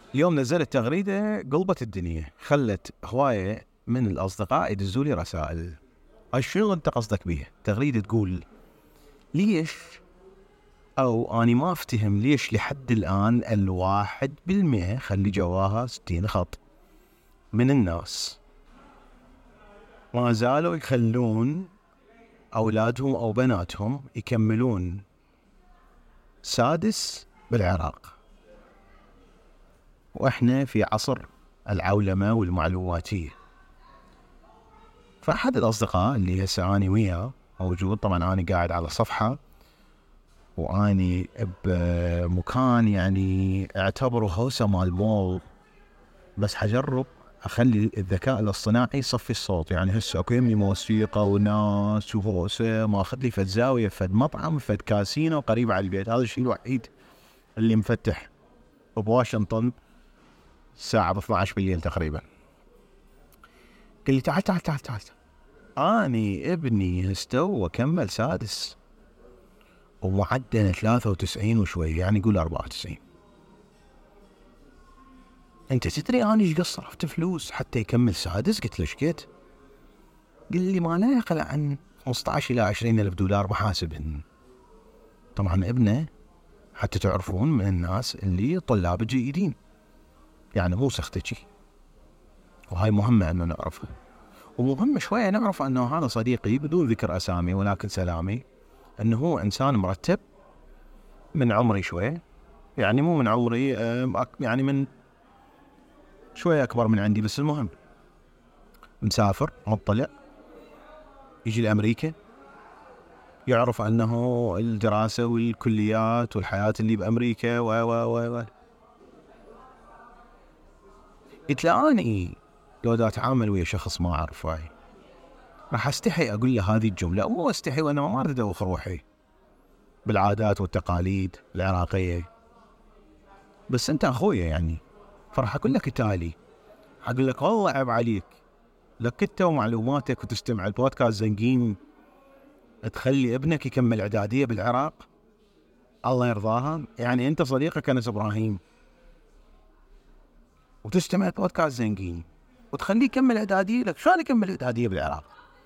اليوم نزلت تغريدة قلبت الدنيا، خلت هواية من الأصدقاء يدزوا لي رسائل. شنو أنت قصدك بيه؟ تغريدة تقول ليش، أو أنا ما أفتهم ليش لحد الآن 1%، خلي جواها 60 خط، من الناس ما زالوا يخلون أولادهم أو بناتهم يكملون سادس بالعراق، وإحنا في عصر العولمة والمعلوماتية. فأحد الأصدقاء اللي هسه أنا وياه موجود، طبعا أنا قاعد على صفحة وأني بمكان يعني اعتبره هوسة مال مول، بس حجرب أخلي الذكاء الاصطناعي يصفي الصوت. يعني هسه أكو يمي موسيقى وناس وهوسة، ما أخذ لي فد زاوية، فد مطعم، فد كاسينو قريب على البيت. هذا الشيء الوحيد اللي مفتح بواشنطن الساعة 12 بالليل تقريبا. قال لي تعال تعال تعال تعال، أني ابني استوى وكمل سادس ومعدل 93 وشوي، يعني قول 94. انت تدري أنا ايش قد صرفت فلوس حتى يكمل سادس؟ قلت له ايش قد؟ قال لي ما لا يقل عن 15 إلى 20 ألف دولار محاسبهن. طبعا ابنه حتى تعرفون من الناس اللي طلاب جيدين، يعني مو سختجي، وهاي مهمة أنه نعرفها. ومهم شوية نعرف أنه هذا صديقي بدون ذكر أسامي ولكن سلامي، أنه هو إنسان مرتب من عمري شوية، يعني مو من عمري، يعني من شوية أكبر من عندي، بس المهم مسافر مطلع، يجي لأمريكا، يعرف أنه الدراسة والكليات والحياة اللي بأمريكا و يتلاقاني لو دا أتعامل ويا شخص ما أعرف هاي، راح أستحي أقول له هذه الجملة، مو أستحي وأنا ما أريد أدوخ روحي بالعادات والتقاليد العراقية، بس أنت أخويا يعني، فراح أقول لك التالي، أقول لك والله عيب عليك لك أنت ومعلوماتك وتستمع البودكاست زنقين تخلي ابنك يكمل إعدادية بالعراق، الله يرضاها. يعني أنت صديقك أنس إبراهيم وتستمع البودكاست زنقين وتخليه يكمل إعدادية، لك شلون يكمل إعدادية بالعراق؟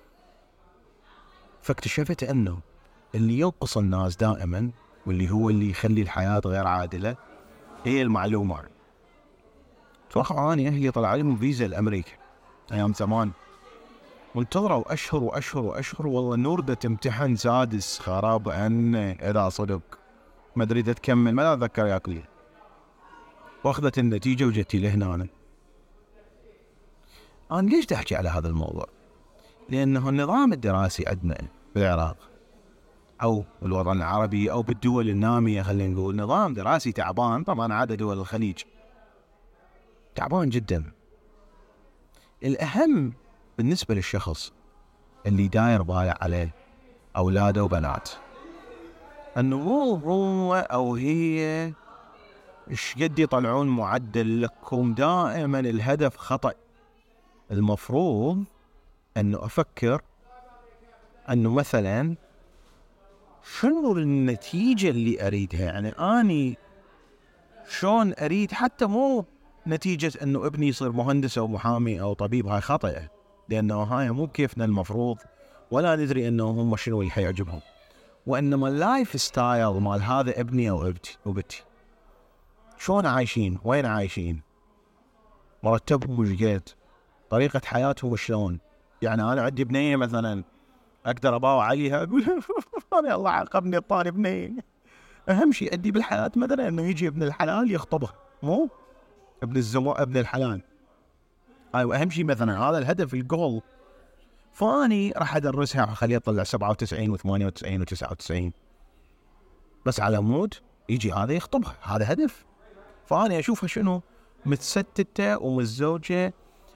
فاكتشفت أنه اللي ينقص الناس دائما واللي هو اللي يخلي الحياة غير عادلة هي المعلومة. توقع أنا أهلي طلع لهم فيزا لأمريكا أيام زمان، وانتظروا أشهر وأشهر وأشهر، والله نوردة تمتحن سادس خراب أن إذا صدق ما أدري تكمل، ما أتذكر ياكلي، واخذت النتيجة وجتي لهنا. أنا ليش تحكي على هذا الموضوع؟ لأنه النظام الدراسي عندنا بالعراق أو بالوطن العربي أو بالدول النامية، خلينا نقول نظام دراسي تعبان. طبعا عادة دول الخليج تعبان جدا. الأهم بالنسبة للشخص اللي داير بايع عليه أولاده وبنات، أنه مو هو أو هي إيش قد يطلعون معدل لكم، دائما الهدف خطأ. المفروض أنه أفكر أنه مثلا شنو النتيجة اللي أريدها، يعني أني شون أريد، حتى مو نتيجة أنه ابني يصير مهندس أو محامي أو طبيب، هاي خطأ، لأنه هاي مو كيفنا المفروض، ولا ندري أنه هم شنو اللي حيعجبهم، وإنما اللايف ستايل مال هذا ابني أو ابتي شون عايشين، وين عايشين، مرتبهم وش قد، طريقة حياتهم شلون. يعني أنا عندي بنية مثلا أقدر أباوع عليها أقول أنا الله عاقبني الطاني بنية. أهم شيء عندي بالحياة مثلا إنه يجي ابن الحلال يخطبها، مو ابن الحلال هاي، وأهم شيء مثلا هذا الهدف الجول. فاني راح أدرسها وخليه يطلع 97 و98 و99، بس على مود يجي هذا يخطبها، هذا هدف. فاني أشوفها شنو متستتة ومتزوجة،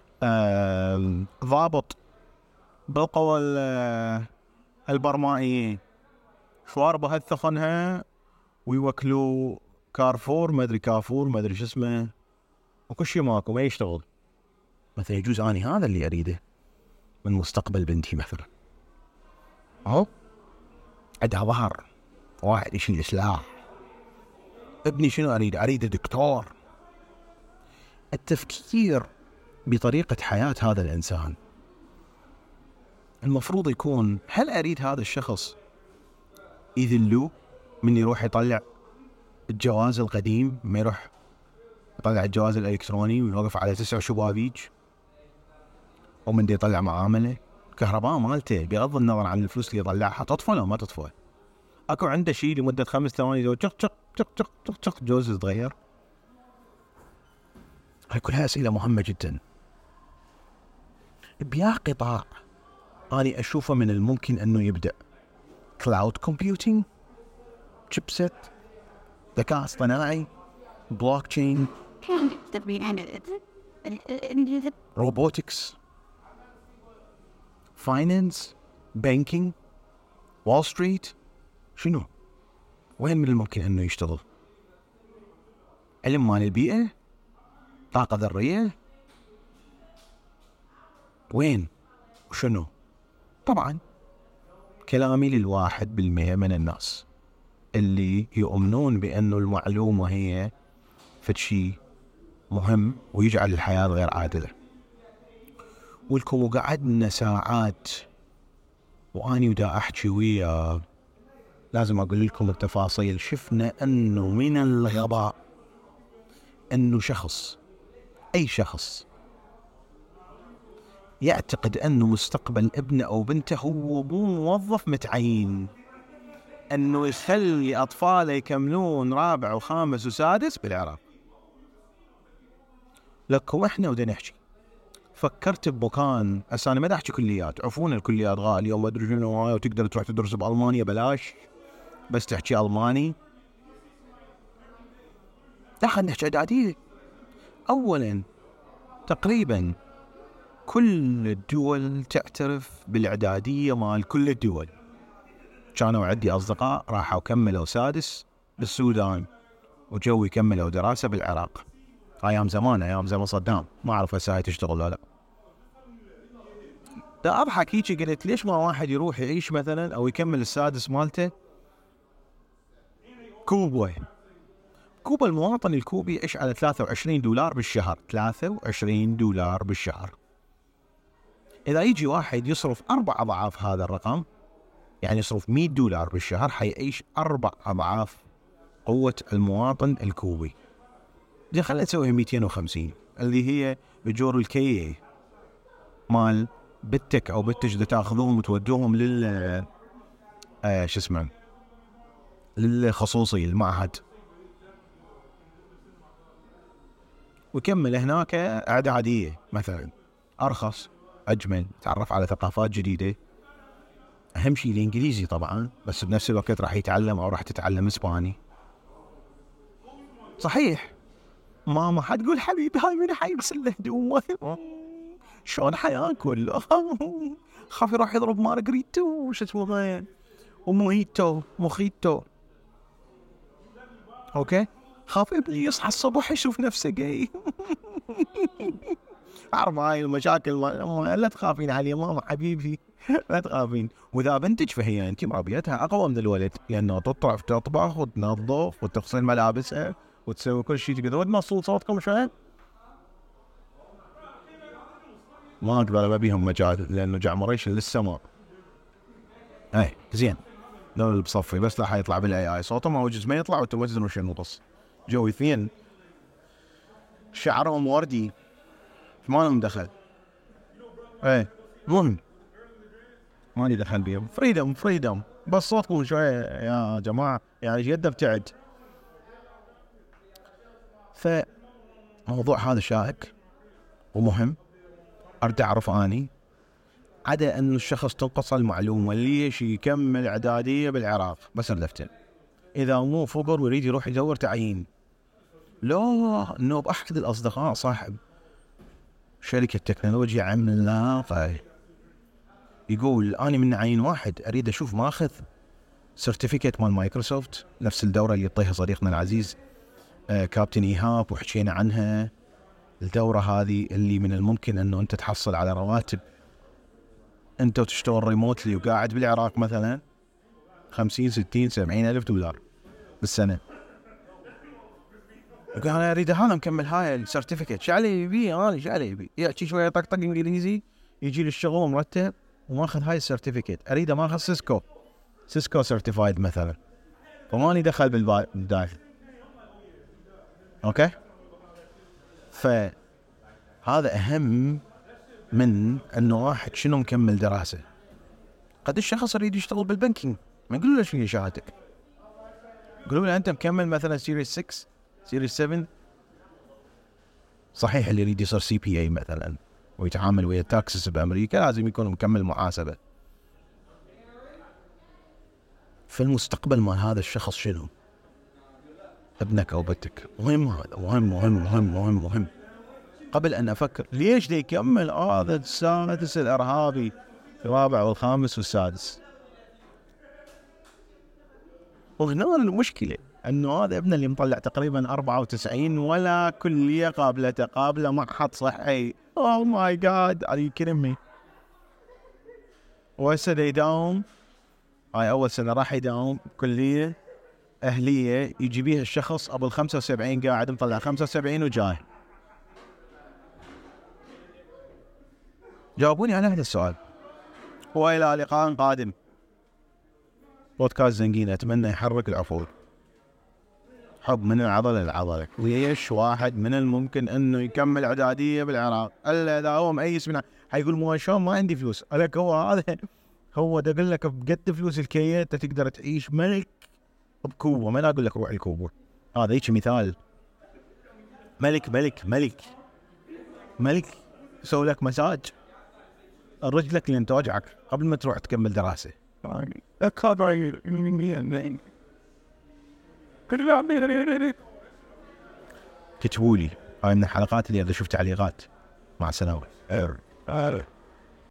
ضابط بالقوى البرمائيين، شواربها الثخنها ويوكلوا كارفور ما ادري كافور ما ادري شو اسمه، وكل شيء ماكو ما يشتغل. مثلا يجوز اني هذا اللي اريده من مستقبل بنتي مثلا، اهو عندها ظهر، واحد يشيل سلاح. ابني شنو اريد؟ اريد دكتور، التفكير بطريقة حياة هذا الإنسان المفروض يكون: هل أريد هذا الشخص يذلوه من يروح يطلع الجواز القديم، ما يروح يطلع الجواز الإلكتروني ويوقف على 9 شبابيج، ومن دي يطلع معاملة كهرباء مالته بغض النظر عن الفلوس اللي يطلعها تطفى أو ما تطفى، أكو عنده شيء لمدة 5 ثواني تشق تشق تشق تشق تشق تشق جوز يتغير. هاي كلها أسئلة مهمة جدا. بيا قطاع أنا أشوفه من الممكن أنه يبدأ: كلاود كومبيوتينج، شيبسيت، ذكاء اصطناعي، بلوك تشين، روبوتكس، فاينانس، بانكينج، وول ستريت. شنو؟ وين من الممكن أنه يشتغل؟ علم مال البيئة، طاقة ذرية، وين وشنو؟ طبعا كلامي لل1% من الناس اللي يؤمنون بأنه المعلومة هي فشي مهم ويجعل الحياة غير عادلة. ولكم وقعدنا ساعات وأني ودا أحكي وياه، لازم أقول لكم التفاصيل. شفنا أنه من الغباء أنه شخص، أي شخص، يعتقد أنه مستقبل ابنه أو بنته هو مو موظف متعين، أنه يخلي أطفاله يكملون رابع وخامس وسادس بالعراق. لكم إحنا ودنا نحكي، فكرت بمكان، أنا ما أحكي كليات، عفون الكليات غالية وما أدري شنو، وتقدر تروح تدرس بألمانيا بلاش بس تحكي ألماني. دخل نحكي إعدادية. أولا تقريبا كل الدول تعترف بالإعدادية مال كل الدول. كانوا عندي أصدقاء راحوا كملوا سادس بالسودان وجو يكملوا دراسة بالعراق، أيام زمان، أيام زمان صدام، ما أعرف هسه هاي تشتغل ولا لا. دا أضحك هيجي قلت ليش ما واحد يروح يعيش مثلا أو يكمل السادس مالته كوبا. كوبا المواطن الكوبي يعيش على $23 بالشهر، $23 بالشهر. إذا يجي واحد يصرف 4 أضعاف هذا الرقم، يعني يصرف $100 بالشهر، حيعيش 4 أضعاف قوة المواطن الكوبي. دي خلنا نسويها 250 اللي هي بجور الكي مال بتك أو بتج دا تاخذوهم وتودوهم شو اسمه للخصوصي المعهد، ويكمل هناك إعدادية مثلا، أرخص، أجمل، تعرف على ثقافات جديدة. أهم شيء الإنجليزي طبعا، بس بنفس الوقت راح يتعلم أو راح تتعلم إسباني. صحيح ماما حتقول حبيبي هاي من حيغسل الهدوم، شلون حياكل، خاف يروح يضرب مارغريتو وش اسمه وموخيتو. اوكي، خاف ابني يصحى الصبح يشوف نفسه جاي. اعرف هاي المشاكل، لا تخافين علي ماما حبيبي، لا تخافين. واذا بنتك فهي انت مربيتها اقوى من الولد، لانه تطرف تطبخ وتنظف وتغسل ملابسها وتسوي كل شيء. تقدرون تمصون صوتكم شوي؟ ما اقدر ابيهم مجال لانه جعمريش للسماء. اي زين، لو اللي بصفي بس لا حيطلع بالاي اي صوته ما وجز ما يطلع وتوزن وشنو نقص. جو اثنين شعرهم وردي ما لهم دخل. اي مهم ما لي دخل بيهم، فريدم بس صوتكم شويه يا جماعه، يعني ايش قد ابتعد. فموضوع هذا شائك ومهم، ارد اعرف اني عدا انه الشخص تنقص المعلومه ليش يكمل اعداديه بالعراق، بس ردفتن اذا مو فقر ويريد يروح يدور تعيين. لا، انه باحد الاصدقاء صاحب شركه تكنولوجيا عملاقه يقول انا من عين واحد اريد اشوف ماخذ سيرتيفيكيت مال مايكروسوفت، نفس الدوره اللي يعطيها صديقنا العزيز كابتن ايهاب وحكينا عنها. الدوره هذه اللي من الممكن انه انت تحصل على رواتب انت وتشتغل ريموتلي وقاعد بالعراق مثلا 50 60 70 ألف دولار بالسنة. يقول انا اريد هذا مكمل هاي السيرتيفيكت، شو علي يبي انا، شو علي يبي يحكي شويه طق انجليزي، يجي للشغل مرتب وماخذ هاي السيرتيفيكت، اريد ماخذ سيسكو سيرتيفايد مثلا، فماني دخل بالداخل. اوكي، فهذا اهم من انه واحد شنو مكمل دراسه. قد الشخص يريد يشتغل بالبنكينج، ما يقولوا له شنو شهادتك، يقولوا له انت مكمل مثلا سيريس 6 سيريس 7. صحيح اللي يريد يصير CPA مثلا ويتعامل ويا التاكسس بامريكا لازم يكون مكمل محاسبه. في المستقبل مال هذا الشخص شنو؟ ابنك او بنتك. مهم هذا، مهم مهم مهم مهم مهم. قبل ان افكر ليش دي يكمل هذا السادس الارهابي الرابع والخامس والسادس، وهنا المشكله انه هذا ابنه اللي مطلع تقريبا 94 ولا كليه قابلته، قابله معهد صحي. اوه ماي جاد ار يو كيدينج مي. وهسه يداوم، هاي اول سنه راح يداوم كليه اهليه يجي بيها الشخص ابو ال 75 قاعد مطلع 75 وجاي. جاوبوني على هذا السؤال. والى لقاء قادم. بودكاست زنقين اتمنى يحرك العقول. حب من العضله للعضله. ليش واحد من الممكن انه يكمل اعداديه بالعراق الا اذا هو مؤيس منها؟ حيقول مو شلون ما عندي فلوس. لك هو هذا هو ده، اقول لك بقد فلوس الكيه انت تقدر تعيش ملك بكوبا. ما اقول لك روح الكوبا، هذا هيك مثال. ملك ملك ملك ملك يسوي لك مساج رجلك لين توجعك قبل ما تروح تكمل دراسه. كتبوا لي هاي من الحلقات اللي اذا شفت تعليقات. مع السلامه.